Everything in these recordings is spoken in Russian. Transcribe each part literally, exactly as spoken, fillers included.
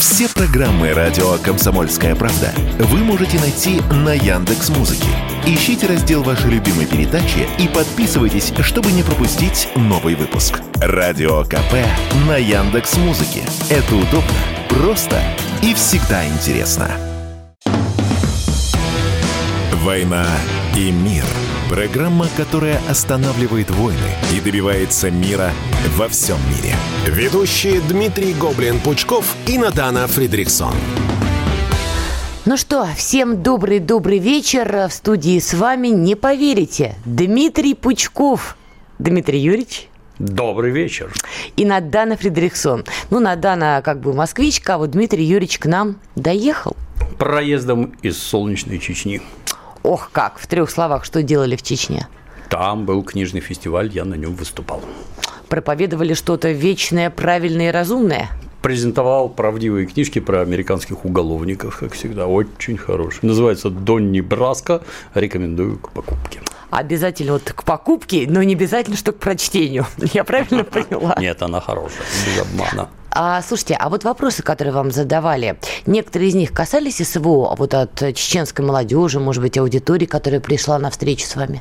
Все программы радио «Комсомольская правда» вы можете найти на Яндекс.Музыке. Ищите раздел вашей любимой передачи и подписывайтесь, чтобы не пропустить новый выпуск. Радио КП на Яндекс.Музыке. Это удобно, просто и всегда интересно. «Война и мир». Программа, которая останавливает войны и добивается мира во всем мире. Ведущие Дмитрий Гоблин-Пучков и Надана Фридрихсон. Ну что, всем добрый-добрый вечер. В студии с вами, не поверите, Дмитрий Пучков. Дмитрий Юрьевич. Добрый вечер. И Надана Фридрихсон. Ну, Надана как бы москвичка, а вот Дмитрий Юрьевич к нам доехал. Проездом из солнечной Чечни. Ох как, в трех словах, что делали в Чечне? Там был книжный фестиваль, я на нем выступал. Проповедовали что-то вечное, правильное и разумное? Презентовал правдивые книжки про американских уголовников, как всегда, очень хорошие. Называется «Донни Браско», рекомендую к покупке. Обязательно вот к покупке, но не обязательно, что к прочтению. Я правильно поняла? Нет, она хорошая, без обмана. А, слушайте, а вот вопросы, которые вам задавали, некоторые из них касались СВО, вот от чеченской молодежи, может быть, аудитории, которая пришла на встречу с вами?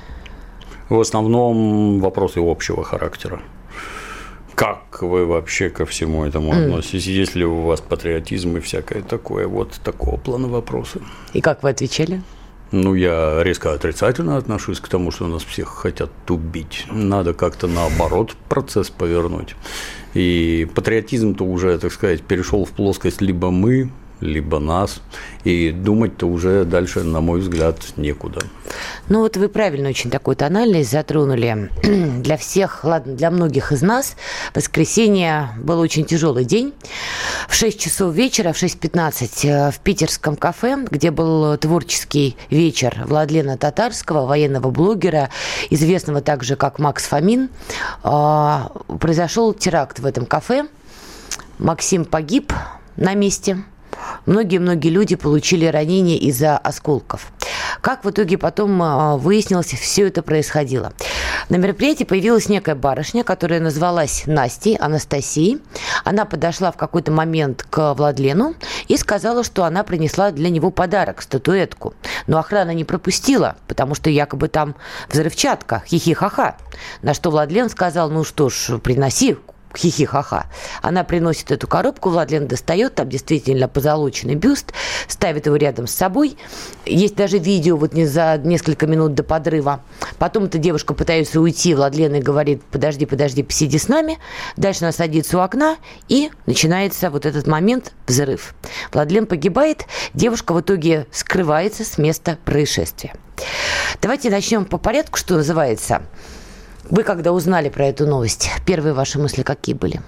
В основном вопросы общего характера. Как вы вообще ко всему этому mm. относитесь? Есть ли у вас патриотизм и всякое такое? Вот такого плана вопросы. И как вы отвечали? Ну, я резко отрицательно отношусь к тому, что нас всех хотят убить. Надо как-то наоборот процесс повернуть. И патриотизм-то уже, так сказать, перешел в плоскость либо мы, либо нас, и думать-то уже дальше, на мой взгляд, некуда. Ну вот вы правильно очень такую тональность затронули. Для всех, ладно, для многих из нас воскресенье был очень тяжелый день. В шесть часов вечера, в шесть пятнадцать в питерском кафе, где был творческий вечер Владлена Татарского, военного блогера, известного также как Макс Фомин, произошел теракт в этом кафе. Максим погиб на месте. Многие-многие люди получили ранения из-за осколков. Как в итоге потом выяснилось, все это происходило? На мероприятии появилась некая барышня, которая назвалась Настей, Анастасией. Она подошла в какой-то момент к Владлену и сказала, что она принесла для него подарок, статуэтку. Но охрана не пропустила, потому что якобы там взрывчатка, хихи-ха-ха. На что Владлен сказал, ну что ж, приноси, хихи-ха-ха. Она приносит эту коробку, Владлен достает, там действительно позолоченный бюст, ставит его рядом с собой. Есть даже видео вот не за несколько минут до подрыва. Потом эта девушка пытается уйти, Владлен и говорит, подожди, подожди, посиди с нами. Дальше она садится у окна, и начинается вот этот момент взрыв. Владлен погибает, девушка в итоге скрывается с места происшествия. Давайте начнем по порядку, что называется. Вы, когда узнали про эту новость, первые ваши мысли какие были?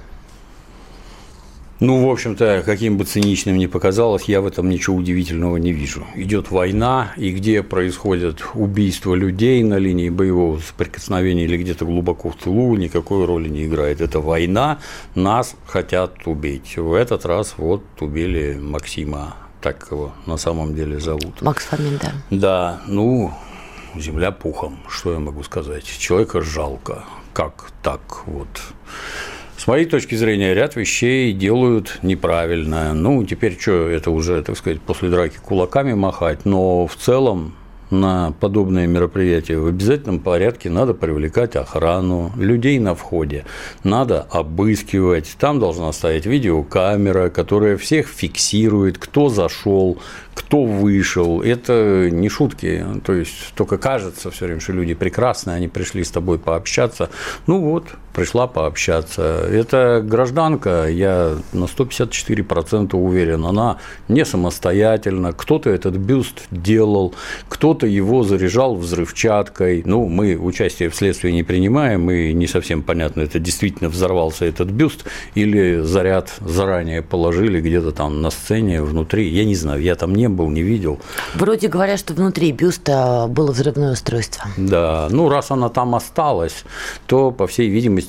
Ну, в общем-то, каким бы циничным ни показалось, я в этом ничего удивительного не вижу. Идет война, и где происходят убийства людей на линии боевого соприкосновения или где-то глубоко в тылу, никакой роли не играет. Это война, нас хотят убить. В этот раз вот убили Максима, так его на самом деле зовут. Макс Фомин, да. Да, ну... Земля пухом, что я могу сказать? Человека жалко. Как так вот? С моей точки зрения, ряд вещей делают неправильно. Ну, теперь что, это уже, так сказать, после драки кулаками махать, но в целом на подобные мероприятия в обязательном порядке надо привлекать охрану, людей на входе надо обыскивать, там должна стоять видеокамера, которая всех фиксирует, кто зашел, кто вышел. Это не шутки, то есть только кажется все время, что люди прекрасные, они пришли с тобой пообщаться. Ну вот, пришла пообщаться. Это гражданка, я на сто пятьдесят четыре процента уверен, она не самостоятельна, кто-то этот бюст делал, кто-то его заряжал взрывчаткой. Ну, мы участие в следствии не принимаем, и не совсем понятно, это действительно взорвался этот бюст или заряд заранее положили где-то там на сцене внутри. Я не знаю, я там не был, не видел. Вроде говорят, что внутри бюста было взрывное устройство. Да, ну раз она там осталась, то, по всей видимости,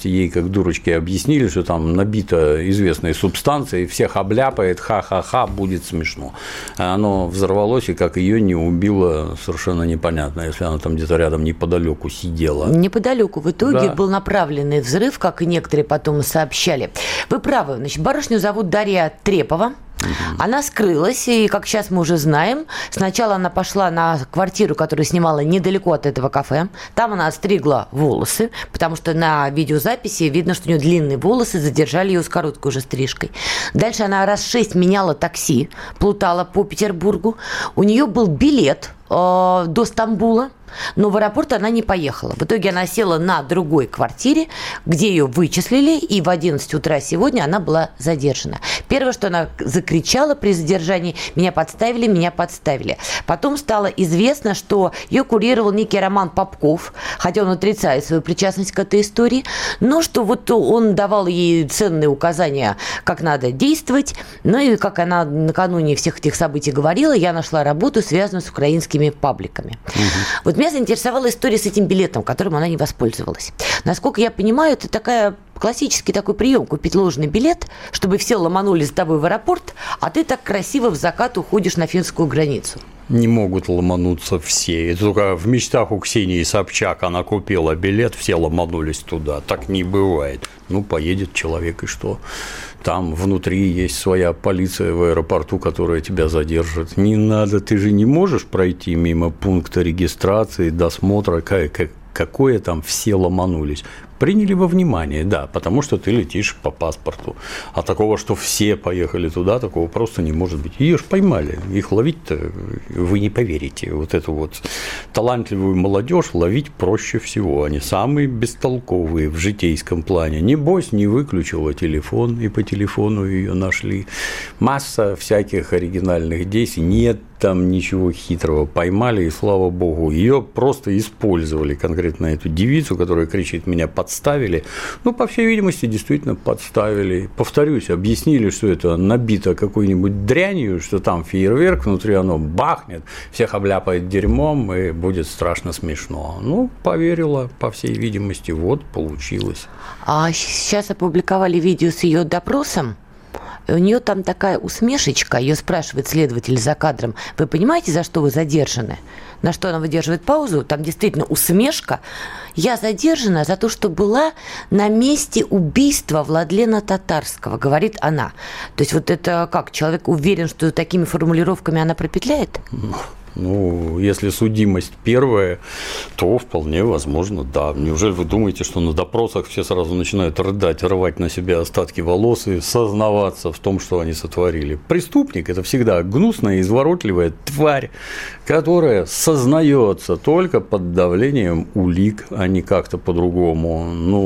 видимости, ей как дурочки объяснили, что там набито известной субстанцией, всех обляпает, ха-ха-ха, будет смешно. А оно взорвалось, и как ее не убило, совершенно непонятно, если она там где-то рядом неподалеку сидела. Неподалеку. В итоге да. был направленный взрыв, как и некоторые потом сообщали. Вы правы. Значит, барышню зовут Дарья Трепова. Угу. Она скрылась, и, как сейчас мы уже знаем, сначала она пошла на квартиру, которую снимала недалеко от этого кафе. Там она отстригла волосы, потому что на видеозаписи видно, что у нее длинные волосы, задержали ее с короткой уже стрижкой. Дальше она раз шесть меняла такси, плутала по Петербургу. У нее был билет э, до Стамбула, но в аэропорт она не поехала. В итоге она села на другой квартире, где ее вычислили, и в одиннадцать утра сегодня она была задержана. Первое, что она закричала при задержании: «Меня подставили, меня подставили». Потом стало известно, что ее курировал некий Роман Попков, хотя он отрицает свою причастность к этой истории, но что вот он давал ей ценные указания, как надо действовать. Ну и, как она накануне всех этих событий говорила, я нашла работу, связанную с украинскими пабликами. Угу. Вот меня заинтересовала история с этим билетом, которым она не воспользовалась. Насколько я понимаю, это такая классический такой прием: купить ложный билет, чтобы все ломанули с тобой в аэропорт, а ты так красиво в закат уходишь на финскую границу. Не могут ломануться все. Это только в мечтах у Ксении Собчак она купила билет, все ломанулись туда. Так не бывает. Ну, поедет человек, и что? Там внутри есть своя полиция в аэропорту, которая тебя задержит. Не надо, ты же не можешь пройти мимо пункта регистрации, досмотра, как, как, какое там все ломанулись. Приняли во внимание, да, потому что ты летишь по паспорту. А такого, что все поехали туда, такого просто не может быть. Ее ж поймали. Их ловить-то вы не поверите. Вот эту вот талантливую молодежь ловить проще всего. Они самые бестолковые в житейском плане. Небось, не выключила телефон, и по телефону ее нашли. Масса всяких оригинальных действий. Нет там ничего хитрого. Поймали, и слава богу. Ее просто использовали, конкретно эту девицу, которая кричит: «Меня подставили». Ну, по всей видимости, действительно подставили. Повторюсь, объяснили, что это набито какой-нибудь дрянью, что там фейерверк, внутри оно бахнет, всех обляпает дерьмом, и будет страшно смешно. Ну, поверила, по всей видимости, вот получилось. А сейчас опубликовали видео с ее допросом. И у нее там такая усмешечка, ее спрашивает следователь за кадром: «Вы понимаете, за что вы задержаны?» На что она выдерживает паузу, там действительно усмешка. «Я задержана за то, что была на месте убийства Владлена Татарского», говорит она. То есть вот это как? Человек уверен, что такими формулировками она пропетляет? Ну, если судимость первая, то вполне возможно, да. Неужели вы думаете, что на допросах все сразу начинают рыдать, рвать на себя остатки волос и сознаваться в том, что они сотворили? Преступник – это всегда гнусная, изворотливая тварь, которая сознается только под давлением улик, а не как-то по-другому.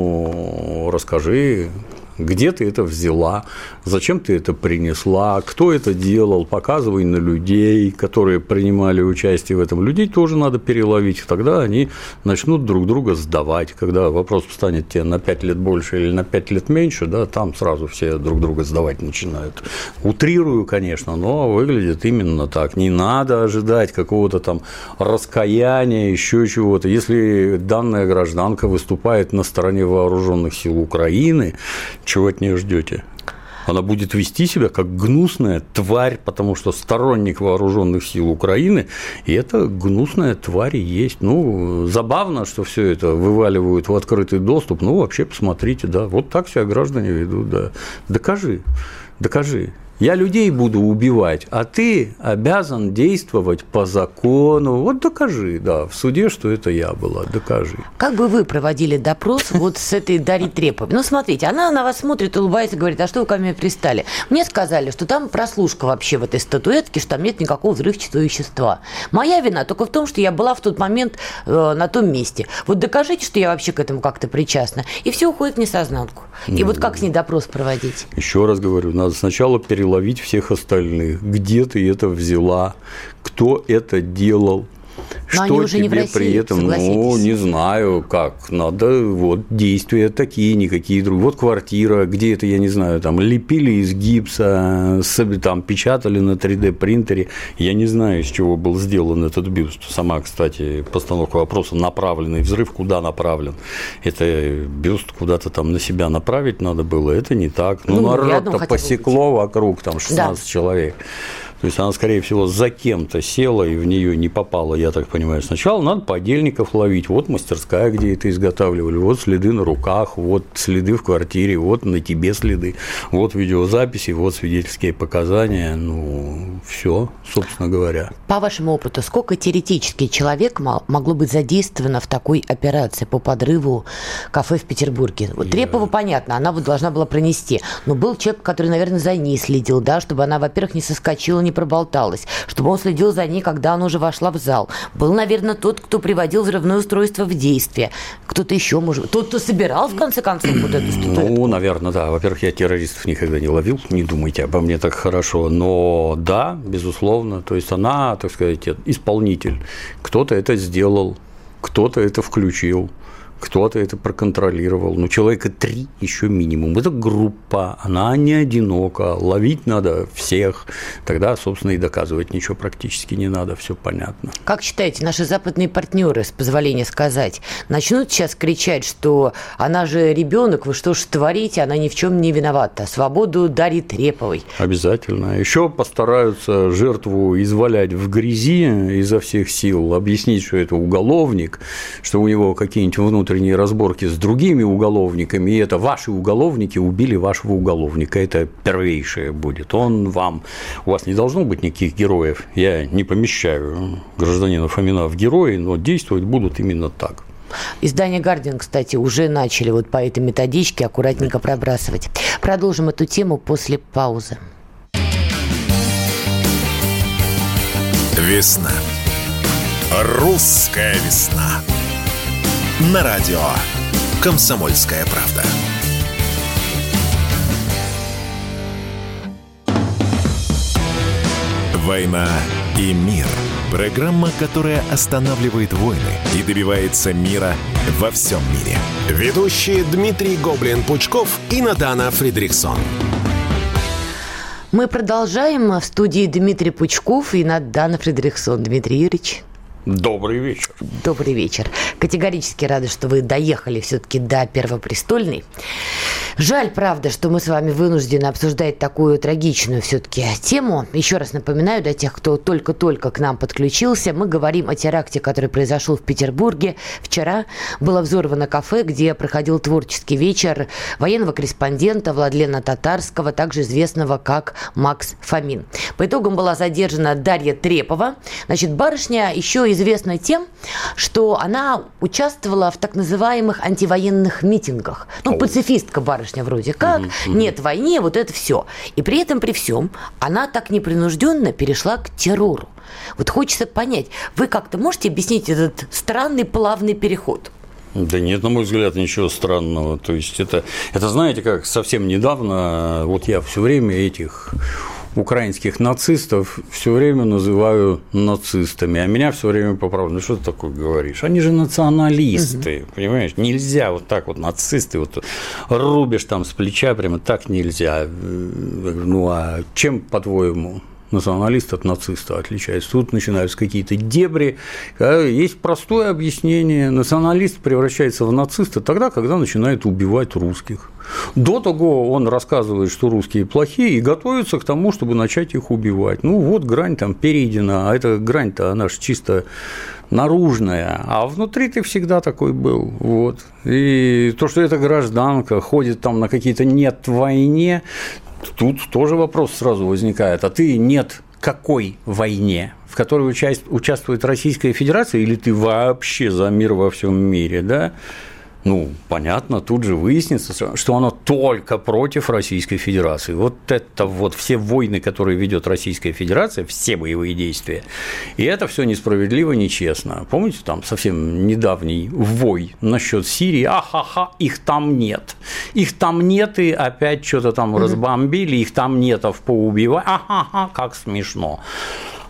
Ну, расскажи, где ты это взяла, зачем ты это принесла, кто это делал, показывай на людей, которые принимали участие в этом. Людей тоже надо переловить, тогда они начнут друг друга сдавать. Когда вопрос станет тебе на пять лет больше или на пять лет меньше, да, там сразу все друг друга сдавать начинают. Утрирую, конечно, но выглядит именно так. Не надо ожидать какого-то там раскаяния, еще чего-то. Если данная гражданка выступает на стороне вооруженных сил Украины, чего от нее ждете? Она будет вести себя как гнусная тварь, потому что сторонник вооруженных сил Украины, и это гнусная тварь и есть. Ну, забавно, что все это вываливают в открытый доступ. Ну, вообще, посмотрите, да, вот так себя граждане ведут, да. Докажи, докажи. Я людей буду убивать, а ты обязан действовать по закону. Вот докажи, да, в суде, что это я была, докажи. Как бы вы проводили допрос вот с этой Дарьей Треповой? Ну, смотрите, она на вас смотрит, улыбается, говорит: «А что вы ко мне пристали?» Мне сказали, что там прослушка вообще в этой статуэтке, что там нет никакого взрывчатого вещества. Моя вина только в том, что я была в тот момент э, на том месте. Вот докажите, что я вообще к этому как-то причастна. И все уходит в несознанку. И ну, вот как с ней допрос проводить? Еще раз говорю, надо сначала переловить всех остальных. Где ты это взяла? Кто это делал? Но что уже тебе не в России, при этом, ну, не знаю, как, надо, вот, действия такие, никакие другие. Вот квартира, где это, я не знаю, там, лепили из гипса, там, печатали на три дэ принтере, я не знаю, из чего был сделан этот бюст. Сама, кстати, постановка вопроса, направленный взрыв, куда направлен? Это бюст куда-то там на себя направить надо было, это не так. Ну, ну народ-то посекло вокруг, там, шестнадцать да. человек. То есть она, скорее всего, за кем-то села и в нее не попала, я так понимаю. Сначала надо подельников ловить. Вот мастерская, где это изготавливали, вот следы на руках, вот следы в квартире, вот на тебе следы, вот видеозаписи, вот свидетельские показания. Ну, все, собственно говоря. По вашему опыту, сколько теоретически человек могло быть задействовано в такой операции по подрыву кафе в Петербурге? Вот Трепова, понятно, она вот должна была пронести. Но был человек, который, наверное, за ней следил, да, чтобы она, во-первых, не соскочила, не проболталась, чтобы он следил за ней, когда она уже вошла в зал. Был, наверное, тот, кто приводил взрывное устройство в действие. Кто-то еще, может быть. Тот, кто собирал, в конце концов, вот эту статуэтку. Ну, наверное, да. Во-первых, я террористов никогда не ловил, не думайте обо мне так хорошо. Но да, безусловно. То есть она, так сказать, исполнитель. Кто-то это сделал, кто-то это включил. Кто-то это проконтролировал. Ну, человека три еще минимум. Это группа, она не одинока. Ловить надо всех. Тогда, собственно, и доказывать ничего практически не надо. Все понятно. Как считаете, наши западные партнеры, с позволения сказать, начнут сейчас кричать, что она же ребенок, вы что ж творите, она ни в чем не виновата. Свободу Дарьи Треповой. Обязательно. Еще постараются жертву извалять в грязи изо всех сил, объяснить, что это уголовник, что у него какие-нибудь внутренние внутренние разборки с другими уголовниками, и это ваши уголовники убили вашего уголовника. Это первейшее будет. Он вам... У вас не должно быть никаких героев. Я не помещаю гражданина Фомина в герои, но действовать будут именно так. Издание «Гардиан», кстати, уже начали вот по этой методичке аккуратненько пробрасывать. Продолжим эту тему после паузы. Весна. Русская весна. На радио «Комсомольская правда». «Война и мир». Программа, которая останавливает войны и добивается мира во всем мире. Ведущие Дмитрий Гоблин-Пучков и Надана Фридрихсон. Мы продолжаем. В студии Дмитрий Пучков и Надана Фридрихсон. Дмитрий Юрьевич. Добрый вечер. Добрый вечер. Категорически рада, что вы доехали все-таки до Первопрестольной. Жаль, правда, что мы с вами вынуждены обсуждать такую трагичную все-таки тему. Еще раз напоминаю, для тех, кто только-только к нам подключился, мы говорим о теракте, который произошел в Петербурге. Вчера было взорвано кафе, где проходил творческий вечер военного корреспондента Владлена Татарского, также известного как Макс Фомин. По итогам была задержана Дарья Трепова. Значит, барышня еще известна тем, что она участвовала в так называемых антивоенных митингах. Ну, пацифистка барышня вроде как, mm-hmm. нет войны, вот это все. И при этом, при всем, она так непринужденно перешла к террору. Вот хочется понять, вы как-то можете объяснить этот странный плавный переход? Да нет, на мой взгляд, ничего странного. То есть это, это знаете, как совсем недавно, вот я все время этих украинских нацистов все время называю нацистами, а меня все время поправляют. Ну, что ты такое говоришь? Они же националисты, угу. понимаешь? Нельзя вот так вот нацисты, вот рубишь там с плеча, прямо так нельзя. Ну, а чем, по-твоему, националист от нациста отличается? Тут начинаются какие-то дебри. Есть простое объяснение. Националист превращается в нациста тогда, когда начинает убивать русских. До того он рассказывает, что русские плохие, и готовится к тому, чтобы начать их убивать. Ну, вот грань там перейдена, а эта грань-то, она же чисто наружная, а внутри ты всегда такой был. Вот. И то, что эта гражданка ходит там на какие-то «нет войне», тут тоже вопрос сразу возникает. А ты нет какой войне, в которой участвует Российская Федерация, или ты вообще за мир во всем мире, да? Ну, понятно, тут же выяснится, что оно только против Российской Федерации. Вот это вот все войны, которые ведет Российская Федерация, все боевые действия, и это все несправедливо, нечестно. Помните, там совсем недавний вой насчет Сирии, ахаха, их там нет. Их там нет, и опять что-то там разбомбили, их там нетов поубивали, ахаха, как смешно.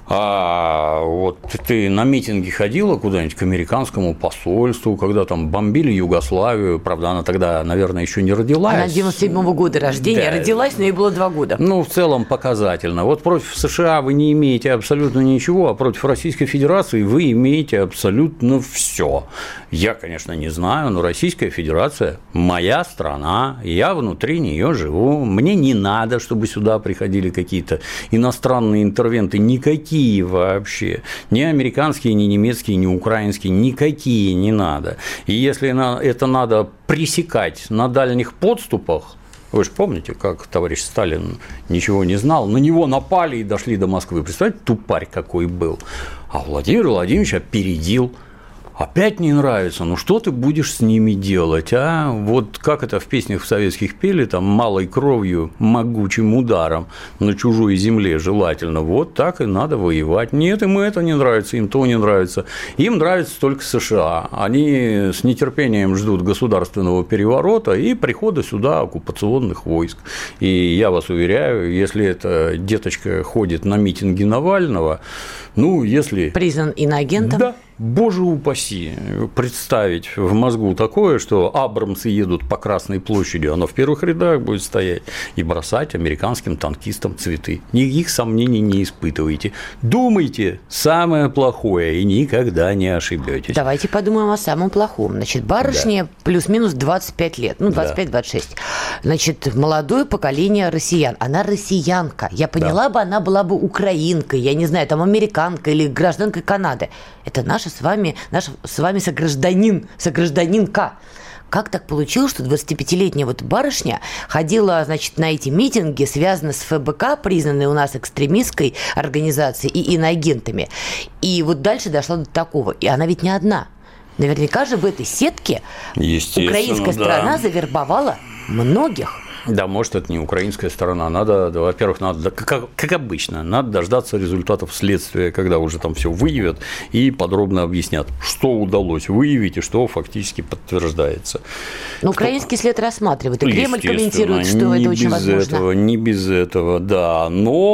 А вот ты на митинги ходила куда-нибудь к американскому посольству, когда там бомбили Югославию, правда, она тогда, наверное, еще не родилась. Она девяносто седьмого года рождения, да. Родилась, но ей было два года. Ну, в целом показательно. Вот против США вы не имеете абсолютно ничего, а против Российской Федерации вы имеете абсолютно все. Я, конечно, не знаю, но Российская Федерация – моя страна, я внутри нее живу, мне не надо, чтобы сюда приходили какие-то иностранные интервенты, никакие вообще, ни американские, ни немецкие, ни украинские, никакие не надо. И если это надо пресекать на дальних подступах, вы же помните, как товарищ Сталин ничего не знал, на него напали и дошли до Москвы. Представляете, тупарь какой был. А Владимир Владимирович опередил. Опять не нравится, ну что ты будешь с ними делать, а? Вот как это в песнях советских пели, там, малой кровью, могучим ударом на чужой земле желательно, вот так и надо воевать. Нет, им это не нравится, им то не нравится. Им нравится только США. Они с нетерпением ждут государственного переворота и прихода сюда оккупационных войск. И я вас уверяю, если эта деточка ходит на митинги Навального, ну, если… Признан иноагентом? Да. Боже упаси, представить в мозгу такое, что абрамсы едут по Красной площади, оно в первых рядах будет стоять и бросать американским танкистам цветы. Никаких сомнений не испытывайте. Думайте самое плохое и никогда не ошибетесь. Давайте подумаем о самом плохом. Значит, барышне да. плюс-минус двадцать пять лет, ну, двадцать пять - двадцать шесть. Значит, молодое поколение россиян. Она россиянка. Я поняла да. бы, она была бы украинкой, я не знаю, там, американкой или гражданкой Канады. Это наша с вами, наш с вами согражданин, согражданинка. Как так получилось, что двадцатипятилетняя вот барышня ходила, значит, на эти митинги, связанные с эф бэ ка, признанной у нас экстремистской организацией и иноагентами, и вот дальше дошла до такого. И она ведь не одна. Наверняка же в этой сетке украинская да. сторона завербовала многих. Да, может, это не украинская сторона. Надо, да, во-первых, надо, как, как обычно, надо дождаться результатов следствия, когда уже там все выявят и подробно объяснят, что удалось выявить и что фактически подтверждается. Но украинский след рассматривает, и Кремль комментирует, что это очень возможно. Этого, не без этого, да.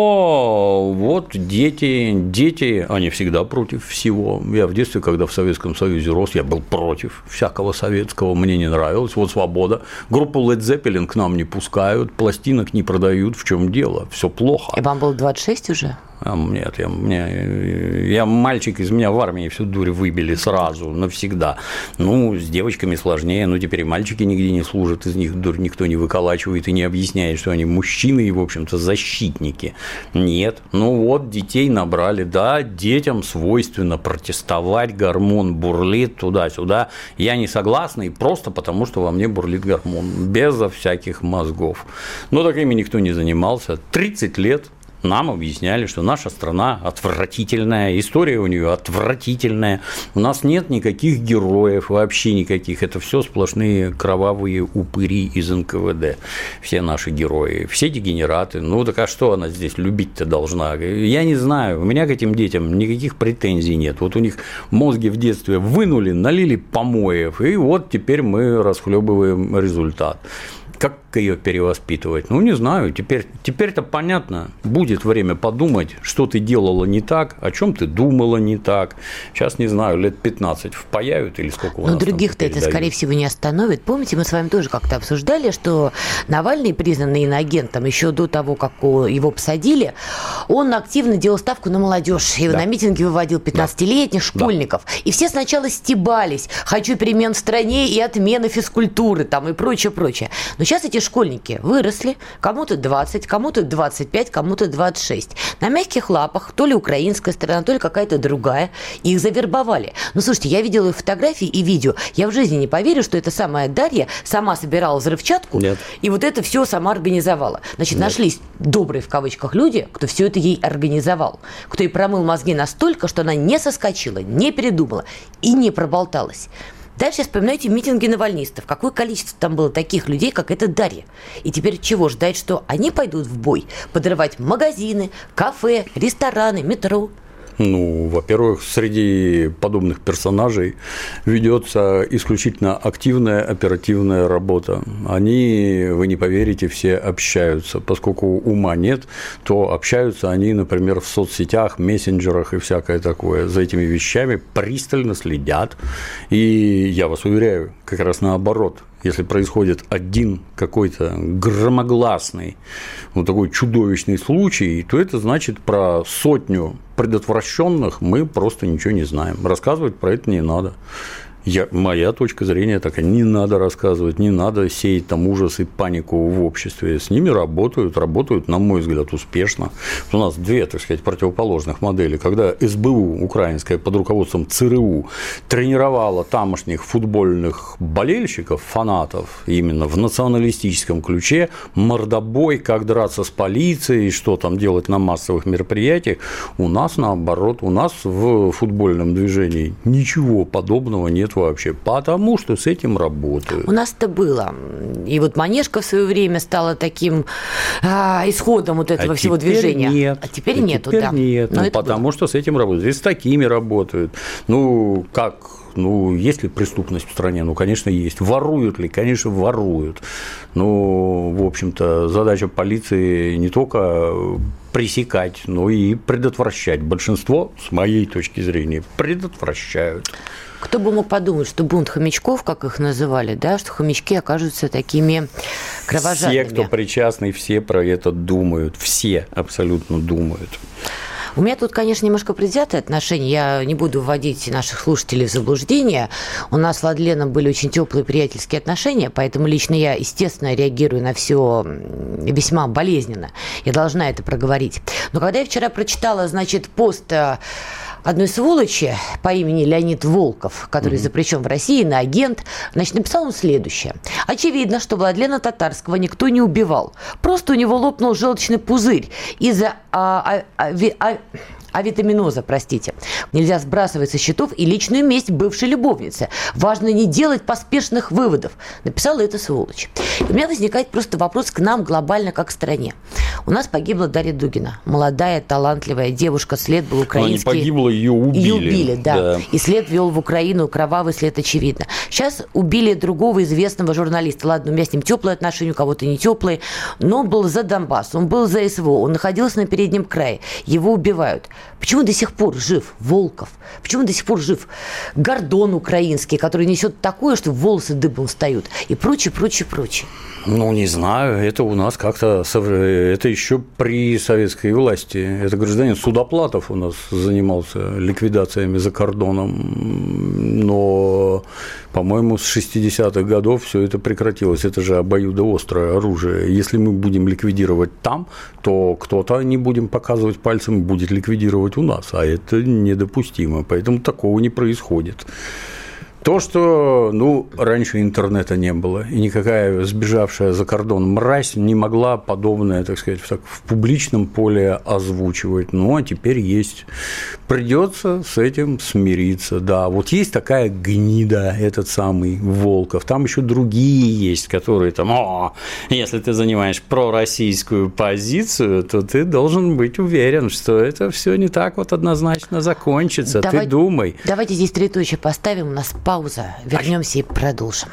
Но вот дети, дети, они всегда против всего. Я в детстве, когда в Советском Союзе рос, я был против всякого советского, мне не нравилось. Вот свобода. Группу Led Zeppelin к нам не пускали. Пускают, пластинок не продают, в чем дело, все плохо. И вам было двадцать шесть уже? А, нет, я, мне, я мальчик, из меня в армии всю дурь выбили сразу, навсегда. Ну, с девочками сложнее, но теперь мальчики нигде не служат, из них дурь никто не выколачивает и не объясняет, что они мужчины и, в общем-то, защитники. Нет, ну вот, детей набрали, да, детям свойственно протестовать, гормон бурлит туда-сюда. Я не согласна, и просто потому, что во мне бурлит гормон, безо всяких мозгов. Но такими никто не занимался. тридцать лет. Нам объясняли, что наша страна отвратительная, история у нее отвратительная, у нас нет никаких героев, вообще никаких, это все сплошные кровавые упыри из эн ка вэ дэ, все наши герои, все дегенераты, ну так а что она здесь любить-то должна? Я не знаю, у меня к этим детям никаких претензий нет, вот у них мозги в детстве вынули, налили помоев, и вот теперь мы расхлебываем результат. Как ее перевоспитывать? Ну, не знаю. Теперь, теперь-то понятно. Будет время подумать, что ты делала не так, о чем ты думала не так. Сейчас, не знаю, лет пятнадцать впаяют или сколько у нас. Но других-то это, скорее всего, не остановит. Помните, мы с вами тоже как-то обсуждали, что Навальный, признанный иноагентом, еще до того, как его посадили, он активно делал ставку на молодежь. И да. на митинги выводил пятнадцатилетних да. школьников. Да. И все сначала стебались. Хочу перемен в стране и отмены физкультуры там, и прочее, прочее. Но сейчас эти школьники выросли, кому-то двадцать, кому-то двадцать пять, кому-то двадцать шесть. На мягких лапах, то ли украинская сторона, то ли какая-то другая, их завербовали. Ну, слушайте, я видела фотографии и видео, я в жизни не поверю, что эта самая Дарья сама собирала взрывчатку Нет. и вот это все сама организовала. Значит, Нет. нашлись добрые в кавычках люди, кто все это ей организовал, кто ей промыл мозги настолько, что она не соскочила, не передумала и не проболталась. Дальше вспоминайте митинги навальнистов. Какое количество там было таких людей, как эта Дарья. И теперь чего ждать, что они пойдут в бой? Подрывать магазины, кафе, рестораны, метро? Ну, во-первых, среди подобных персонажей ведется исключительно активная оперативная работа. Они, вы не поверите, все общаются. Поскольку ума нет, то общаются они, например, в соцсетях, мессенджерах и всякое такое. За этими вещами пристально следят. И я вас уверяю, как раз наоборот. Если происходит один какой-то громогласный, вот такой чудовищный случай, то это значит, про сотню предотвращенных мы просто ничего не знаем. Рассказывать про это не надо. Я, моя точка зрения такая: не надо рассказывать, не надо сеять там ужас и панику в обществе. С ними работают, работают, на мой взгляд, успешно. У нас две, так сказать, противоположных модели. Когда эс бэ у украинская под руководством цэ эр у тренировала тамошних футбольных болельщиков, фанатов, именно в националистическом ключе, мордобой, как драться с полицией, что там делать на массовых мероприятиях, у нас наоборот, у нас в футбольном движении ничего подобного нет вообще, потому что с этим работают. У нас это было. И вот Манежка в свое время стала таким а, исходом вот этого а всего движения. Нет. А теперь а нету, теперь да. Нет, ну, потому было. Что с этим работают. И с такими работают. Ну, как... Ну, есть ли преступность в стране? Ну, конечно, есть. Воруют ли? Конечно, воруют. Ну, в общем-то, задача полиции не только пресекать, но и предотвращать. Большинство, с моей точки зрения, предотвращают. Кто бы мог подумать, что бунт хомячков, как их называли, да, что хомячки окажутся такими кровожадными. Все, кто причастны, все про это думают. Все абсолютно думают. У меня тут, конечно, немножко предвзятые отношения. Я не буду вводить наших слушателей в заблуждение. У нас с Владленом были очень теплые приятельские отношения, поэтому лично я, естественно, реагирую на все весьма болезненно. Я должна это проговорить. Но когда я вчера прочитала, значит, пост одной сволочи по имени Леонид Волков, который mm-hmm. запрещен в России, на агент, значит, написал он следующее. Очевидно, что Владлена Татарского никто не убивал. Просто у него лопнул желчный пузырь из-за а, а, а, а, авитаминоза, простите. Нельзя сбрасывать со счетов и личную месть бывшей любовницы. Важно не делать поспешных выводов. Написала эта сволочь. И у меня возникает просто вопрос к нам глобально, как к стране. У нас погибла Дарья Дугина. Молодая, талантливая девушка. След был украинский. Она не погибла, ее убили. Ее убили, да. да. И след вел в Украину. Кровавый след, очевидно. Сейчас убили другого известного журналиста. Ладно, у меня с ним теплые отношения, у кого-то не теплые. Но он был за Донбасс, он был за эс вэ о, он находился на переднем крае. Его убивают. Почему до сих пор жив Волков? Почему до сих пор жив Гордон украинский, который несет такое, что волосы дыбом встают? И прочее, прочее, прочее. Ну, не знаю, это у нас как-то, это еще при советской власти. Это гражданин Судоплатов у нас занимался ликвидациями за кордоном, но, по-моему, с шестидесятых годов все это прекратилось. Это же обоюдоострое оружие. Если мы будем ликвидировать там, то кто-то, не будем показывать пальцем, будет ликвидировать у нас, а это недопустимо, поэтому такого не происходит. То, что, ну, раньше интернета не было, и никакая сбежавшая за кордон мразь не могла подобное, так сказать, так, в публичном поле озвучивать. Ну, а теперь есть. Придется с этим смириться, да. Вот есть такая гнида, этот самый Волков. Там еще другие есть, которые там, о, если ты занимаешь пророссийскую позицию, то ты должен быть уверен, что это все не так вот однозначно закончится. Давай, ты думай. Давайте здесь троеточие поставим, у нас пауза. Вернемся и продолжим.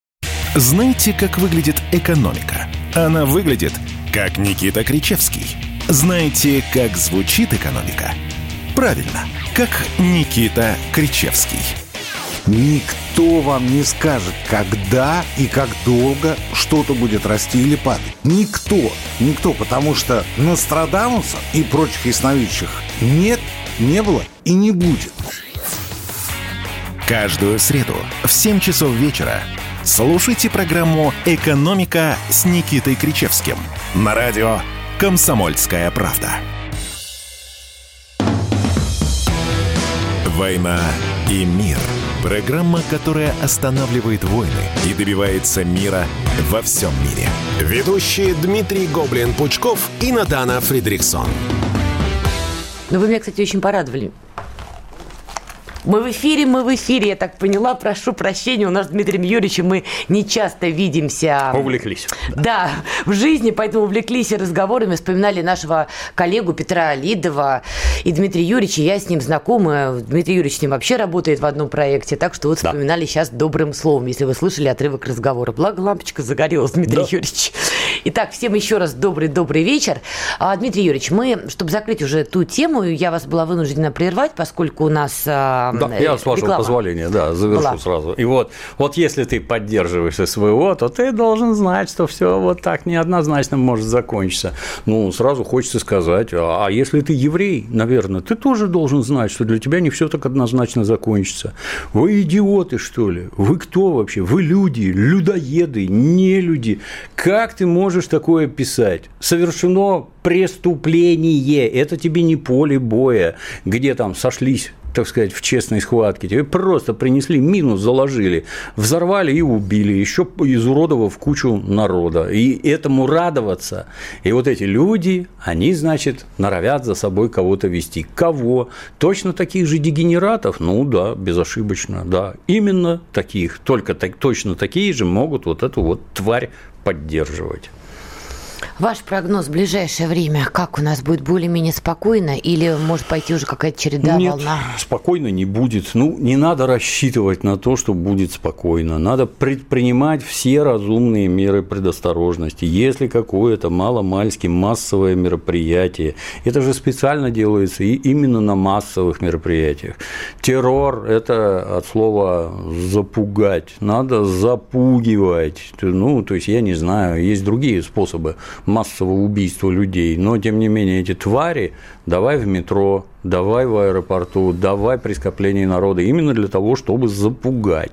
Знаете, как выглядит экономика? Она выглядит, как Никита Кричевский. Знаете, как звучит экономика? Правильно, как Никита Кричевский. Никто вам не скажет, когда и как долго что-то будет расти или падать. Никто. Никто, потому что Нострадамуса и прочих ясновидящих нет, не было и не будет. Каждую среду в семь часов вечера слушайте программу «Экономика» с Никитой Кричевским на радио «Комсомольская правда». «Война и мир» – программа, которая останавливает войны и добивается мира во всем мире. Ведущие Дмитрий Гоблин-Пучков и Надана Фридрихсон. Ну, вы меня, кстати, очень порадовали. Мы в эфире, мы в эфире, я так поняла. Прошу прощения, у нас с Дмитрием Юрьевичем мы не часто видимся. Увлеклись. Да. да, в жизни, поэтому увлеклись разговорами, вспоминали нашего коллегу Петра Лидова и Дмитрия Юрьевича. Я с ним знакома. Дмитрий Юрьевич с ним вообще работает в одном проекте, так что вот вспоминали да. сейчас добрым словом, если вы слышали отрывок разговора. Благо лампочка загорелась, Дмитрий да. Юрьевич. Итак, всем еще раз добрый-добрый вечер. А, Дмитрий Юрьевич, мы, чтобы закрыть уже ту тему, я вас была вынуждена прервать, поскольку у нас Да, я, с вашего позволения, да, завершу была. сразу. И вот, вот если ты поддерживаешь СВО, то ты должен знать, что все вот так неоднозначно может закончиться. Ну, сразу хочется сказать, а если ты еврей, наверное, ты тоже должен знать, что для тебя не все так однозначно закончится. Вы идиоты, что ли? Вы кто вообще? Вы люди, людоеды, не люди. Как ты можешь такое писать? Совершено преступление. Это тебе не поле боя, где там сошлись, так сказать, в честной схватке. Тебе просто принесли минус, заложили, взорвали и убили, еще изуродовав кучу народа. И этому радоваться. И вот эти люди, они, значит, норовят за собой кого-то вести. Кого? Точно таких же дегенератов? Ну да, безошибочно, да. Именно таких. Только так, точно такие же могут вот эту вот тварь поддерживать. Ваш прогноз в ближайшее время, как у нас будет, более-менее спокойно или может пойти уже какая-то череда, Нет, волна? Спокойно не будет. Ну, не надо рассчитывать на то, что будет спокойно. Надо предпринимать все разумные меры предосторожности. Если какое-то маломальски массовое мероприятие, это же специально делается и именно на массовых мероприятиях. Террор – это от слова «запугать». Надо запугивать. Ну, то есть, я не знаю, есть другие способы массового убийства людей, но, тем не менее, эти твари давай в метро, давай в аэропорту, давай при скоплении народа, именно для того, чтобы запугать.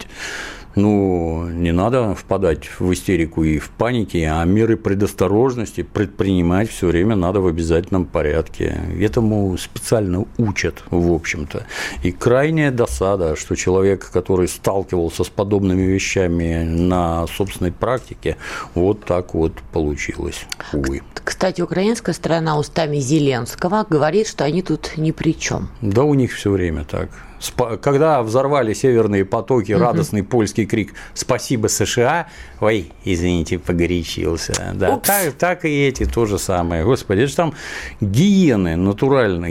Ну, не надо впадать в истерику и в панике, а меры предосторожности предпринимать все время надо в обязательном порядке. Этому специально учат, в общем-то. И крайняя досада, что человек, который сталкивался с подобными вещами на собственной практике, вот так вот получилось, увы. Кстати, украинская сторона устами Зеленского говорит, что они тут ни при чем. Да, у них все время так. Когда взорвали северные потоки, угу. радостный польский крик «Спасибо, США!», ой, извините, погорячился. Да, так, так и эти то же самое. Господи, это же там гиены, натурально,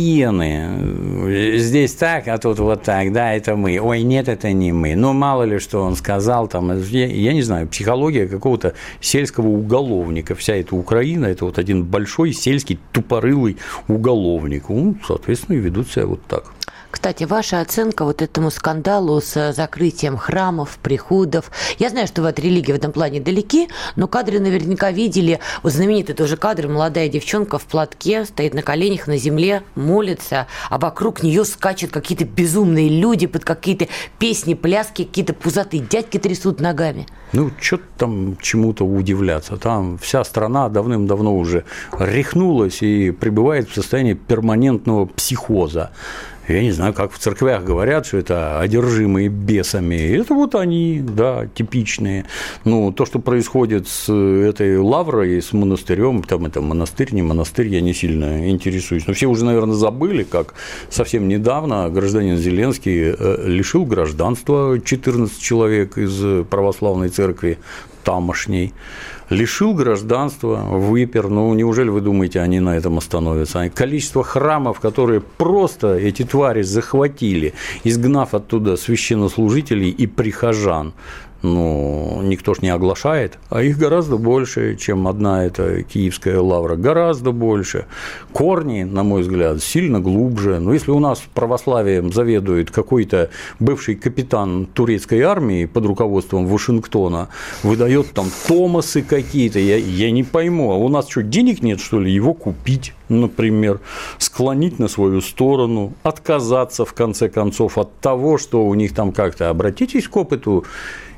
гиены. Здесь так, а тут вот так, да, это мы. Ой, нет, это не мы. Ну, мало ли, что он сказал, там, я, я не знаю, психология какого-то сельского уголовника. Вся эта Украина – это вот один большой сельский тупорылый уголовник. Ну, соответственно, и ведут себя вот так. Кстати, ваша оценка вот этому скандалу с закрытием храмов, приходов. Я знаю, что вы от религии в этом плане далеки, но кадры наверняка видели. Вот знаменитый тоже кадр. Молодая девчонка в платке стоит на коленях на земле, молится, а вокруг нее скачут какие-то безумные люди под какие-то песни, пляски, какие-то пузатые дядьки трясут ногами. Ну, что там чему-то удивляться. Там вся страна давным-давно уже рехнулась и пребывает в состоянии перманентного психоза. Я не знаю, как в церквях говорят, что это одержимые бесами. Это вот они, да, типичные. Ну, то, что происходит с этой лаврой, с монастырем, там это монастырь, не монастырь, я не сильно интересуюсь. Но все уже, наверное, забыли, как совсем недавно гражданин Зеленский лишил гражданства четырнадцать человек из православной церкви тамошней. Лишил гражданства, выпер. Ну, неужели вы думаете, они на этом остановятся? Количество храмов, которые просто эти твари захватили, изгнав оттуда священнослужителей и прихожан, ну, никто ж не оглашает, а их гораздо больше, чем одна эта киевская лавра, гораздо больше. Корни, на мой взгляд, сильно глубже. Но если у нас православием заведует какой-то бывший капитан турецкой армии под руководством Вашингтона, выдает там томасы какие-то, я, я не пойму, а у нас что, денег нет, что ли, его купить, например, склонить на свою сторону, отказаться, в конце концов, от того, что у них там как-то, обратитесь к опыту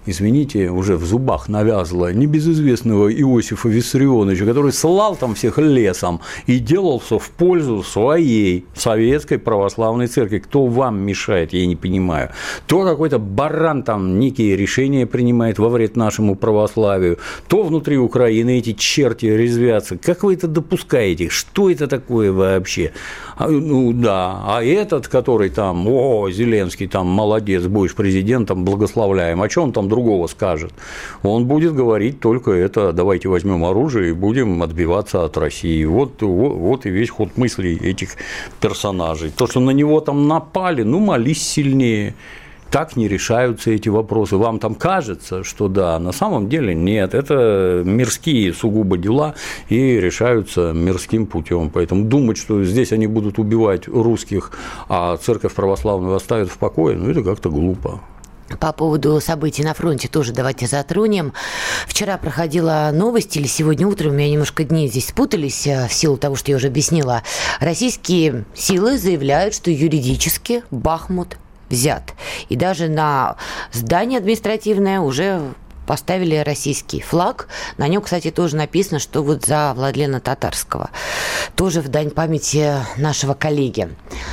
извините, уже в зубах навязла небезызвестного Иосифа Виссарионовича, который слал там всех лесом и делал все в пользу своей советской православной церкви. Кто вам мешает, я не понимаю. То какой-то баран там некие решения принимает во вред нашему православию, то внутри Украины эти черти резвятся. Как вы это допускаете? Что это такое вообще? А, ну да, а этот, который там, о, Зеленский там молодец, будешь президентом, благословляем, а что он там другого скажет? Он будет говорить только это: давайте возьмем оружие и будем отбиваться от России. Вот, вот, вот и весь ход мыслей этих персонажей. То, что на него там напали, ну, молись сильнее. Так не решаются эти вопросы. Вам там кажется, что да, на самом деле нет. Это мирские сугубо дела и решаются мирским путем. Поэтому думать, что здесь они будут убивать русских, а церковь православную оставят в покое, ну это как-то глупо. По поводу событий на фронте тоже давайте затронем. Вчера проходила новость, или сегодня утром, у меня немножко дни здесь спутались в силу того, что я уже объяснила. Российские силы заявляют, что юридически Бахмут взят. И даже на здание административное уже поставили российский флаг. На нем, кстати, тоже написано, что вот за Владлена Татарского. Тоже в дань памяти нашего коллеги.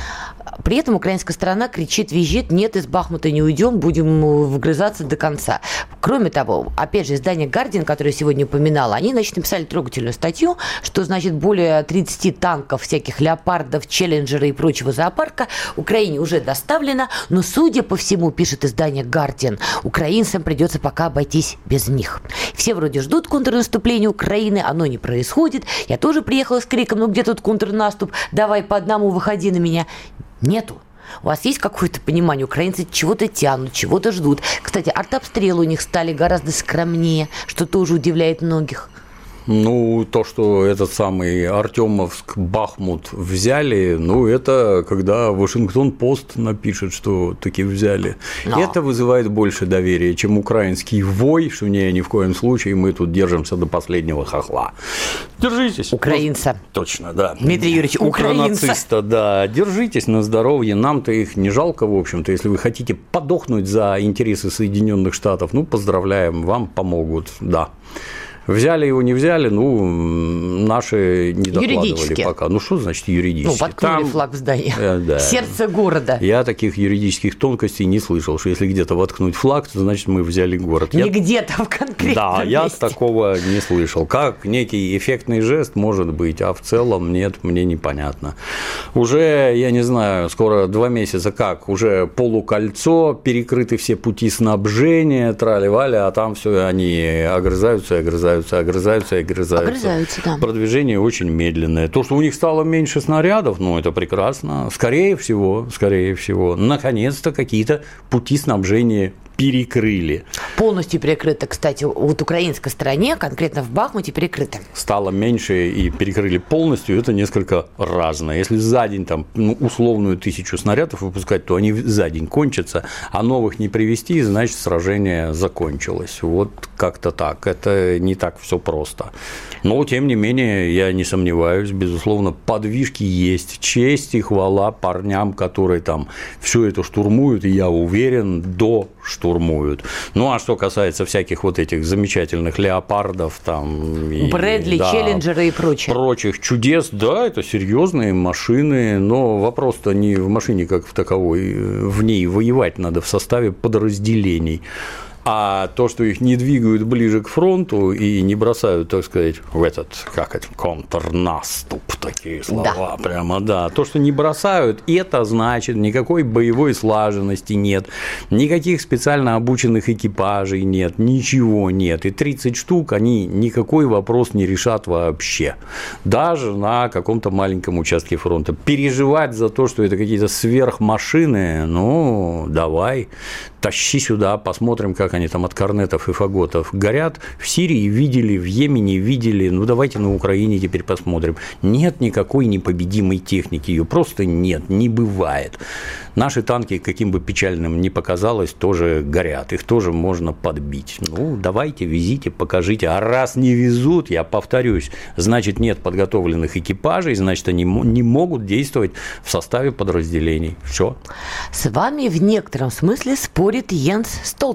При этом украинская сторона кричит, визжит: нет, из Бахмута не уйдем, будем вгрызаться до конца. Кроме того, опять же, издание «Гардиан», которое я сегодня упоминала, они, значит, написали трогательную статью, что, значит, более тридцать танков, всяких леопардов, челленджеры и прочего зоопарка Украине уже доставлено, но, судя по всему, пишет издание «Гардиан», украинцам придется пока обойтись без них. Все вроде ждут контрнаступления Украины, оно не происходит. Я тоже приехала с криком: ну где тут контрнаступ, давай по одному выходи на меня. Нету. У вас есть какое-то понимание? Украинцы чего-то тянут, чего-то ждут. Кстати, артобстрелы у них стали гораздо скромнее, что тоже удивляет многих. Ну, то, что этот самый Артемовск, Бахмут взяли, ну, это когда Вашингтон-Пост напишет, что таки взяли. Но. Это вызывает больше доверия, чем украинский вой, что не, ни в коем случае мы тут держимся до последнего хохла. Держитесь. Украинца. Ну, точно, да. Дмитрий Юрьевич, украинца. Нациста, да. Держитесь на здоровье. Нам-то их не жалко, в общем-то. Если вы хотите подохнуть за интересы Соединенных Штатов, ну, поздравляем, вам помогут, да. Взяли его, не взяли, ну, наши не докладывали пока. Ну, что значит юридически? Ну, воткнули Там... флаг в здание. Э, да. Сердце города. Я таких юридических тонкостей не слышал, что если где-то воткнуть флаг, то значит мы взяли город. Не я... где-то, а в конкретном Да, месте. Я такого не слышал. Как некий эффектный жест может быть, а в целом нет, мне непонятно. Уже, я не знаю, скоро два месяца как, уже полукольцо, перекрыты все пути снабжения, трали-вали, а там все они огрызаются и огрызаются. Огрызаются и огрызаются. Огрызаются, да. Продвижение очень медленное. То, что у них стало меньше снарядов, ну, это прекрасно. Скорее всего, скорее всего, наконец-то какие-то пути снабжения перекрыли. Полностью перекрыто, кстати, вот украинской стороне, конкретно в Бахмуте, перекрыто. Стало меньше и перекрыли полностью, это несколько разное. Если за день там, ну, условную тысячу снарядов выпускать, то они за день кончатся, а новых не привезти, значит, сражение закончилось. Вот как-то так. Это не так все просто. Но, тем не менее, я не сомневаюсь, безусловно, подвижки есть. Честь и хвала парням, которые там все это штурмуют, и я уверен, до штурмуют. Ну, а что касается всяких вот этих замечательных леопардов, там, и, Брэдли, да, челленджеры и прочее. Прочих чудес, да, это серьезные машины, но вопрос-то не в машине как в таковой, в ней воевать надо в составе подразделений. А то, что их не двигают ближе к фронту и не бросают, так сказать, в этот, как это, контрнаступ, такие слова, да. Прямо, да. То, что не бросают, это значит, никакой боевой слаженности нет, никаких специально обученных экипажей нет, ничего нет. И тридцать штук, они никакой вопрос не решат вообще. Даже на каком-то маленьком участке фронта. Переживать за то, что это какие-то сверхмашины, ну, давай, тащи сюда, посмотрим, как они там от корнетов и фаготов горят. В Сирии видели, в Йемене видели, ну давайте на Украине теперь посмотрим. Нет никакой непобедимой техники, ее просто нет, не бывает. Наши танки, каким бы печальным ни показалось, тоже горят, их тоже можно подбить. Ну, давайте, везите, покажите. А раз не везут, я повторюсь, значит, нет подготовленных экипажей, значит, они не могут действовать в составе подразделений. Все. С вами в некотором смысле спорит Йенс Столтенберг.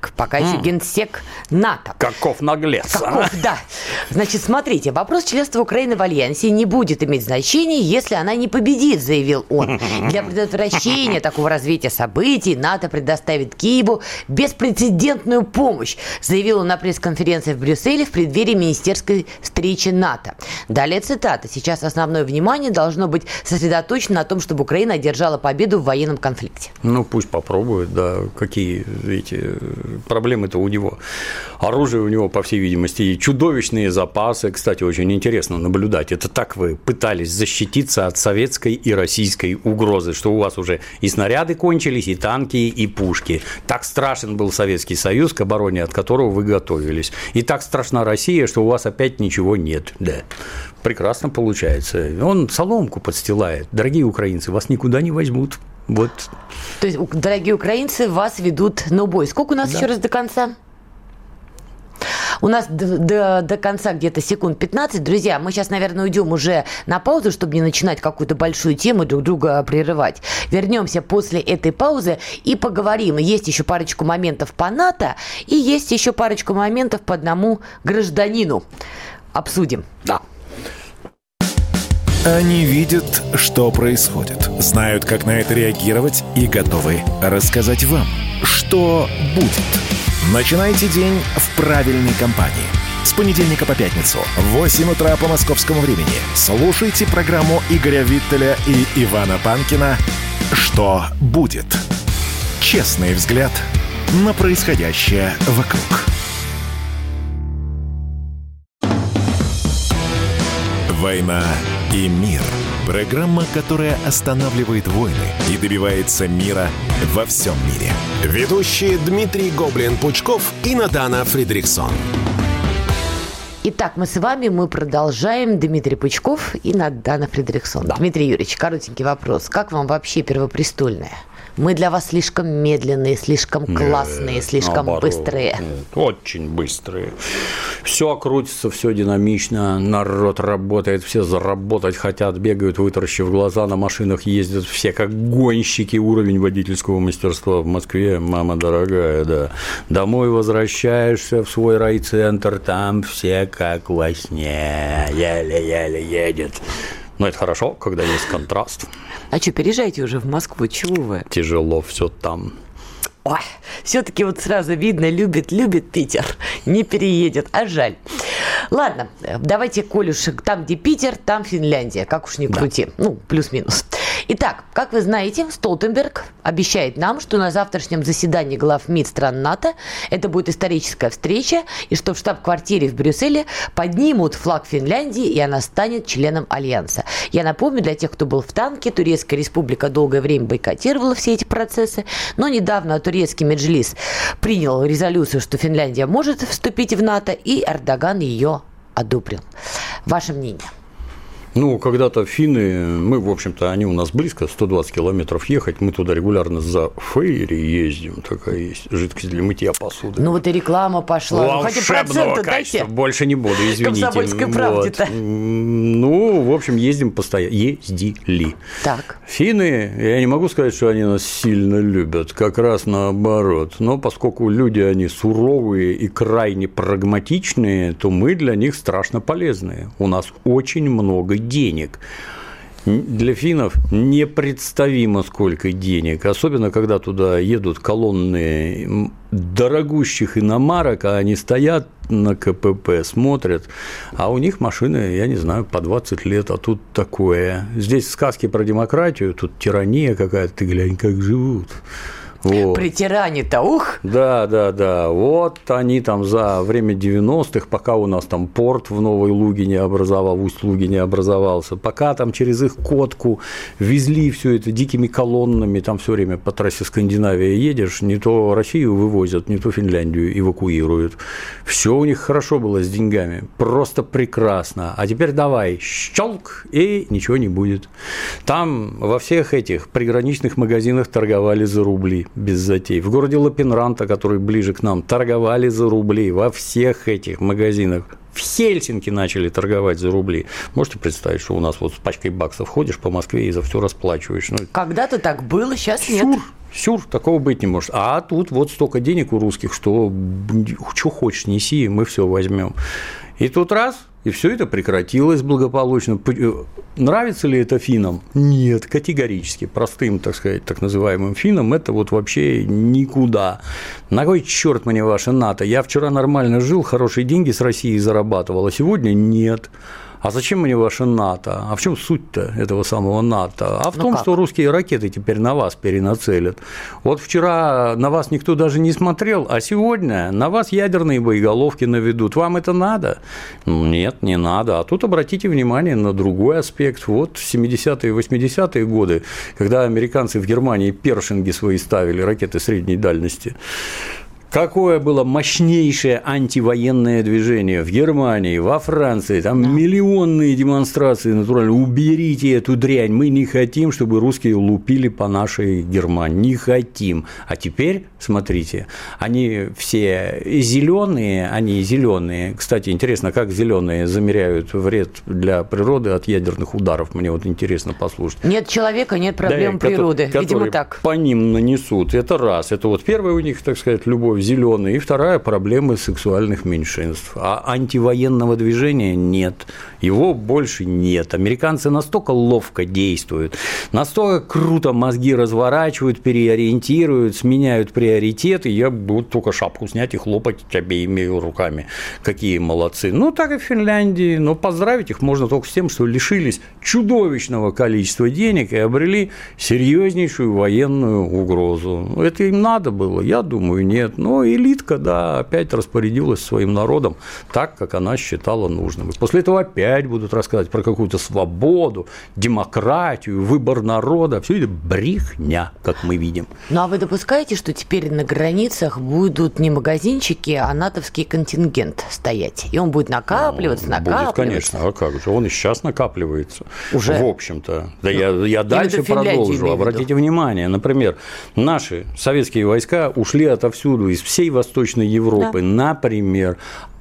Столтенберг, пока еще генсек НАТО. Каков наглец, Каков, а? да. Значит, смотрите, вопрос членства Украины в Альянсе не будет иметь значения, если она не победит, заявил он. Для предотвращения такого развития событий НАТО предоставит Киеву беспрецедентную помощь, заявил он на пресс-конференции в Брюсселе в преддверии министерской встречи НАТО. Далее цитата. Сейчас основное внимание должно быть сосредоточено на том, чтобы Украина одержала победу в военном конфликте. Ну, пусть попробует, да. Какие эти проблемы-то у него? Оружие у него, по всей видимости, и чудовищные запасы. Кстати, очень интересно наблюдать. Это так вы пытались защититься от советской и российской угрозы, что у вас уже и снаряды кончились, и танки, и пушки. Так страшен был Советский Союз, к обороне от которого вы готовились. И так страшна Россия, что у вас опять ничего нет. Да. Прекрасно получается. Он соломку подстилает. Дорогие украинцы, вас никуда не возьмут. Вот. То есть, дорогие украинцы, вас ведут на убой. Сколько у нас да. еще раз до конца? У нас до, до, до конца где-то секунд пятнадцать. Друзья, мы сейчас, наверное, уйдем уже на паузу, чтобы не начинать какую-то большую тему, друг друга прерывать. Вернемся после этой паузы и поговорим. Есть еще парочку моментов по НАТО, и есть еще парочку моментов по одному гражданину. Обсудим. Да. Они видят, что происходит, знают, как на это реагировать и готовы рассказать вам, что будет. Начинайте день в правильной компании. С понедельника по пятницу в восемь утра по московскому времени слушайте программу Игоря Виттеля и Ивана Панкина «Что будет?». Честный взгляд на происходящее вокруг. «Война и мир». Программа, которая останавливает войны и добивается мира во всем мире. Ведущие Дмитрий Гоблин-Пучков и Надана Фридрихсон. Итак, мы с вами, мы продолжаем. Дмитрий Пучков и Надана Фридрихсон. Да. Дмитрий Юрьевич, коротенький вопрос. Как вам вообще Первопрестольная? Мы для вас слишком медленные, слишком классные, нет, слишком наоборот, быстрые. Нет, очень быстрые. Все крутится, все динамично, народ работает, все заработать хотят, бегают, вытаращив глаза, на машинах ездят все как гонщики. Уровень водительского мастерства в Москве, мама дорогая, да. Домой возвращаешься в свой райцентр, там все как во сне, еле-еле едет. Но это хорошо, когда есть контраст. А что, переезжайте уже в Москву, чего вы? Тяжело все там. Ой, все-таки вот сразу видно, любит, любит Питер, не переедет, а жаль. Ладно, давайте, коль уж там, где Питер, там Финляндия, как уж ни крути, да. Ну, плюс-минус. Итак, как вы знаете, Столтенберг обещает нам, что на завтрашнем заседании глав МИД стран НАТО это будет историческая встреча, и что в штаб-квартире в Брюсселе поднимут флаг Финляндии, и она станет членом Альянса. Я напомню, для тех, кто был в танке, Турецкая республика долгое время бойкотировала все эти процессы, но недавно турецкий меджлис принял резолюцию, что Финляндия может вступить в НАТО, и Эрдоган ее одобрил. Ваше мнение? Ну, когда-то финны, мы, в общем-то, они у нас близко, сто двадцать километров ехать, мы туда регулярно за фейри ездим, такая есть жидкость для мытья посуды. Ну, вот и реклама пошла. Ну, хотя проценты дайте. Больше не буду, извините. Комсомольской правде-то. Вот. Ну, в общем, ездим постоянно, ездили. Так. Финны, я не могу сказать, что они нас сильно любят, как раз наоборот, но поскольку люди, они суровые и крайне прагматичные, то мы для них страшно полезные. У нас очень много денег. Для финнов непредставимо сколько денег, особенно когда туда едут колонны дорогущих иномарок, а они стоят на КПП, смотрят, а у них машины, я не знаю, по двадцать лет, а тут такое. Здесь сказки про демократию, тут тирания какая-то, ты глянь, как живут. Вот. При тиране-то, ух! Да, да, да. Вот они там за время девяностых, пока у нас там порт в Новой Лугине образовал, в Усть-Лугине образовался, пока там через их котку везли все это дикими колоннами, там все время по трассе Скандинавия едешь, не то Россию вывозят, не то Финляндию эвакуируют. Все у них хорошо было с деньгами, просто прекрасно. А теперь давай, щелк, и ничего не будет. Там во всех этих приграничных магазинах торговали за рубли. Без затей. В городе Лапинранта, который ближе к нам, торговали за рубли во всех этих магазинах. в Хельсинки начали торговать за рубли. Можете представить, что у нас вот с пачкой баксов ходишь по Москве и за все расплачиваешь? Ну, когда-то так было, сейчас сюр, нет. Сюр, такого быть не может. А тут вот столько денег у русских, что что хочешь неси, мы все возьмем. И тут раз, и все это прекратилось благополучно. Нравится ли это финнам? Нет, категорически. Простым, так сказать, так называемым финнам это вот вообще никуда. На кой черт мне ваше НАТО? Я вчера нормально жил, хорошие деньги с Россией зарабатывал, а сегодня нет. А зачем мне ваше НАТО? А в чем суть-то этого самого НАТО? А в ну том, как? Что русские ракеты теперь на вас перенацелят. Вот вчера на вас никто даже не смотрел, а сегодня на вас ядерные боеголовки наведут. Вам это надо? Нет, не надо. А тут обратите внимание на другой аспект. Вот семидесятые и восьмидесятые годы, когда американцы в Германии першинги свои ставили, ракеты средней дальности. Какое было мощнейшее антивоенное движение в Германии, во Франции, там да. миллионные демонстрации натурально. Уберите эту дрянь, мы не хотим, чтобы русские лупили по нашей Германии, не хотим. А теперь, смотрите, они все зеленые, они зеленые. Кстати, интересно, как зеленые замеряют вред для природы от ядерных ударов? Мне вот интересно послушать. Нет человека, нет проблем да, природы, которые, видимо так. По ним нанесут. Это раз. Это вот первое у них, так сказать, любовь. Зеленые, и вторая проблема сексуальных меньшинств. А антивоенного движения нет, его больше нет. Американцы настолько ловко действуют, настолько круто мозги разворачивают, переориентируют, сменяют приоритеты. Я буду только шапку снять и хлопать обеими руками. Какие молодцы. Ну, так и в Финляндии. Но поздравить их можно только с тем, что лишились чудовищного количества денег и обрели серьезнейшую военную угрозу. Это им надо было? Я думаю, нет. Но элитка, да, опять распорядилась своим народом так, как она считала нужным. И после этого опять будут рассказывать про какую-то свободу, демократию, выбор народа. Все это брехня, как мы видим. Ну, а вы допускаете, что теперь на границах будут не магазинчики, а натовский контингент стоять? И он будет накапливаться, ну, накапливаться? Будет, конечно. А как же? Он и сейчас накапливается. Уже? В общем-то. Да я, я дальше продолжу. Обратите внимание, например, наши советские войска ушли отовсюду, из всей Восточной Европы, да. например,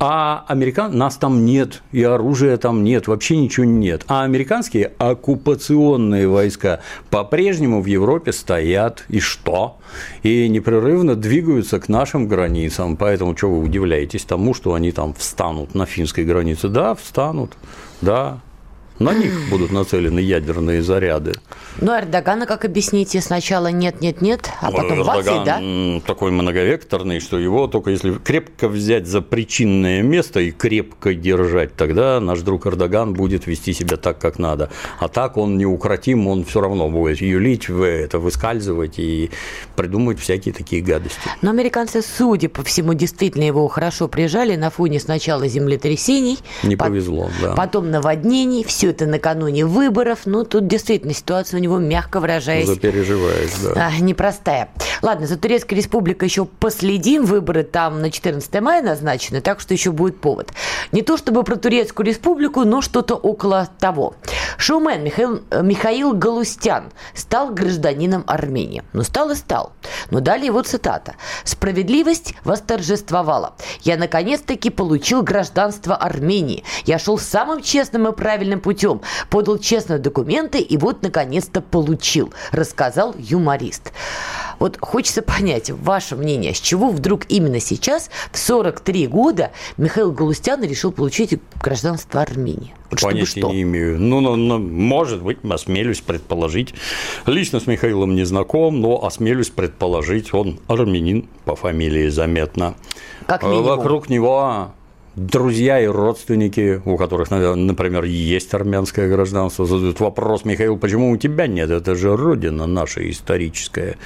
а американ... нас там нет, и оружия там нет, вообще ничего нет. А американские оккупационные войска по-прежнему в Европе стоят, и что? И непрерывно двигаются к нашим границам. Поэтому что вы удивляетесь тому, что они там встанут на финской границе? Да, встанут, да. На них будут нацелены ядерные заряды. Ну, Эрдогана, как объясните, сначала нет-нет-нет, а потом бац, и да? Такой многовекторный, что его только если крепко взять за причинное место и крепко держать, тогда наш друг Эрдоган будет вести себя так, как надо. А так он неукротим, он все равно будет юлить, это выскальзывать и придумывать всякие такие гадости. Но американцы, судя по всему, действительно его хорошо прижали на фоне сначала землетрясений. Не повезло, да. Потом наводнений, все это накануне выборов. Ну, тут действительно ситуация у него, мягко выражаясь, запереживаешь, да. непростая. Ладно, за Турецкой Республикой еще последим. Выборы там на четырнадцатое мая назначены, так что еще будет повод. Не то чтобы про Турецкую Республику, но что-то около того. Шоумен Михаил, Михаил Галустян стал гражданином Армении. Ну, стал и стал. Но далее его цитата. «Справедливость восторжествовала. Я наконец-таки получил гражданство Армении. Я шел самым честным и правильным путем. Подал честно документы и вот наконец-то получил», рассказал юморист. Вот хочется понять, ваше мнение, с чего вдруг именно сейчас, в сорок три года, Михаил Галустян решил получить гражданство Армении? Вот понятия не имею. Ну, ну, ну, может быть, осмелюсь предположить. Лично с Михаилом не знаком, но осмелюсь предположить, он армянин по фамилии заметно. Как минимум. Вокруг него друзья и родственники, у которых, например, есть армянское гражданство, задают вопрос: Михаил, почему у тебя нет? Это же родина наша историческая.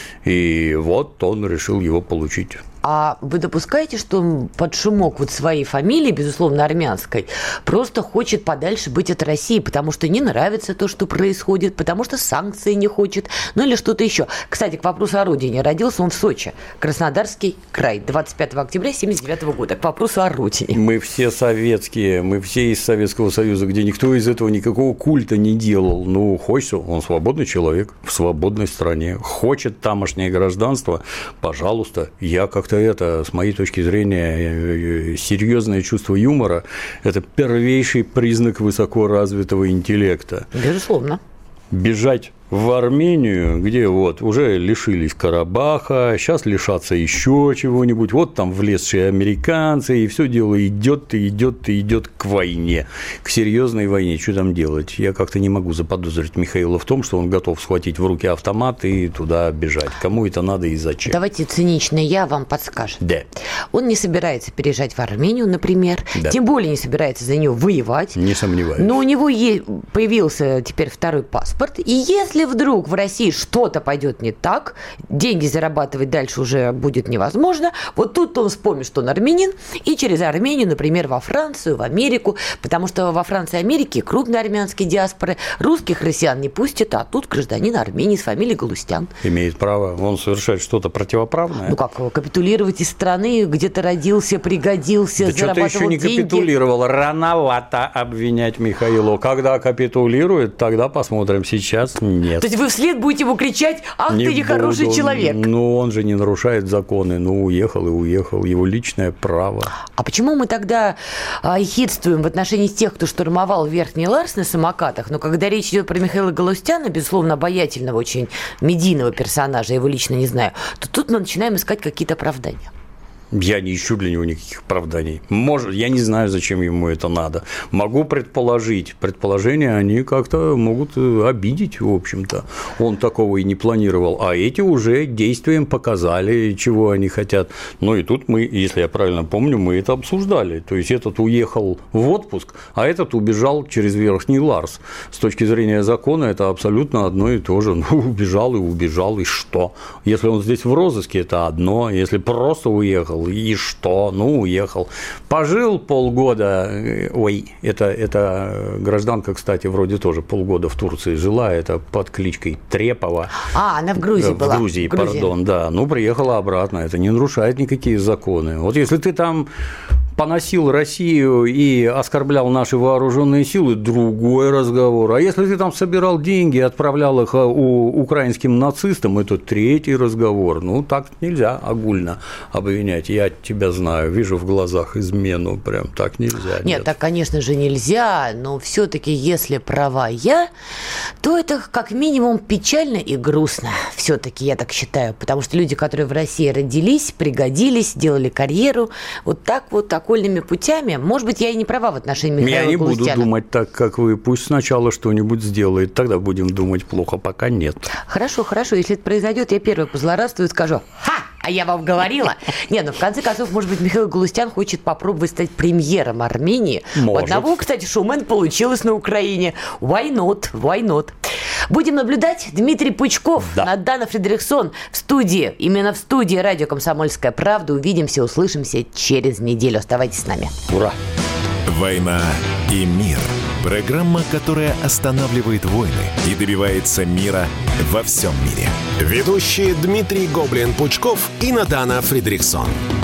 И вот он решил его получить. А вы допускаете, что он под шумок вот своей фамилии, безусловно, армянской, просто хочет подальше быть от России, потому что не нравится то, что происходит, потому что санкции не хочет, ну или что-то еще? Кстати, к вопросу о родине. Родился он в Сочи, Краснодарский край, двадцать пятого октября семьдесят девятого года. К вопросу о родине. Мы все советские, мы все из Советского Союза, где никто из этого никакого культа не делал. Ну, хочется, он свободный человек в свободной стране, хочет тамошнее гражданство, пожалуйста, я как-то как-то это, с моей точки зрения, серьезное чувство юмора – это первейший признак высокоразвитого интеллекта. Безусловно. Бежать в Армению, где вот уже лишились Карабаха, сейчас лишатся еще чего-нибудь, вот там влезшие американцы, и все дело идет и идет и идет к войне, к серьезной войне. Что там делать? Я как-то не могу заподозрить Михаила в том, что он готов схватить в руки автомат и туда бежать. Кому это надо и зачем? Давайте цинично я вам подскажу. Да. Он не собирается переезжать в Армению, например, да. Тем более не собирается за нее воевать. Не сомневаюсь. Но у него появился теперь второй паспорт, и если вдруг в России что-то пойдет не так, деньги зарабатывать дальше уже будет невозможно, вот тут он вспомнит, что он армянин, и через Армению, например, во Францию, в Америку, потому что во Франции и Америке крупные армянские диаспоры, русских россиян не пустят, а тут гражданин Армении с фамилией Галустян. Имеет право, он совершает что-то противоправное. Ну как, капитулировать из страны, где ты родился, пригодился, да зарабатывал что-то еще не деньги. Капитулировал, рановато обвинять Михаилу. Когда капитулирует, тогда посмотрим, сейчас нет. То есть вы вслед будете ему кричать: ах, не ты нехороший буду. человек. Ну, он же не нарушает законы. Ну, уехал и уехал. Его личное право. А почему мы тогда а, ехидствуем в отношении тех, кто штурмовал Верхний Ларс на самокатах? Но когда речь идет про Михаила Галустяна, безусловно, обаятельного, очень медийного персонажа, я его лично не знаю, то тут мы начинаем искать какие-то оправдания. Я не ищу для него никаких оправданий. Может, я не знаю, зачем ему это надо. Могу предположить. Предположения, они как-то могут обидеть, в общем-то. Он такого и не планировал. А эти уже действием показали, чего они хотят. Ну, и тут мы, если я правильно помню, мы это обсуждали. То есть, этот уехал в отпуск, а этот убежал через Верхний Ларс. С точки зрения закона, это абсолютно одно и то же. Ну, убежал и убежал, и что? Если он здесь в розыске, это одно. Если просто уехал, и что? Ну, уехал. Пожил полгода. Ой, это, это гражданка, кстати, вроде тоже полгода в Турции жила. Это под кличкой Трепова. А, она в Грузии в была. Грузии, в Грузии, пардон, да. Ну, приехала обратно. Это не нарушает никакие законы. Вот если ты там поносил Россию и оскорблял наши вооруженные силы, другой разговор. А если ты там собирал деньги и отправлял их у украинским нацистам, это третий разговор. Ну, так нельзя огульно обвинять. Я тебя знаю, вижу в глазах измену, прям так нельзя. Нет, нет. так, конечно же, нельзя, но все-таки, если права я, то это как минимум печально и грустно. Все-таки я так считаю, потому что люди, которые в России родились, пригодились, делали карьеру, вот так вот, окольными путями. Может быть, я и не права в отношении Михаила Я не Галустяна. буду думать так, как вы. Пусть сначала что-нибудь сделает, тогда будем думать плохо, пока нет. Хорошо, хорошо. Если это произойдет, я первая позлорадствую и скажу: ха! А я вам говорила. Не, ну в конце концов, может быть, Михаил Галустян хочет попробовать стать премьером Армении. Может. У одного, кстати, шоумен получилось на Украине. Why not? Why not? Будем наблюдать. Дмитрий Пучков, да. Надана Фридрихсон в студии. Именно в студии радио «Комсомольская правда». Увидимся, услышимся через неделю. Оставайтесь с нами. Ура! «Война и мир». Программа, которая останавливает войны и добивается мира во всем мире. Ведущие Дмитрий Гоблин-Пучков и Надана Фридрихсон.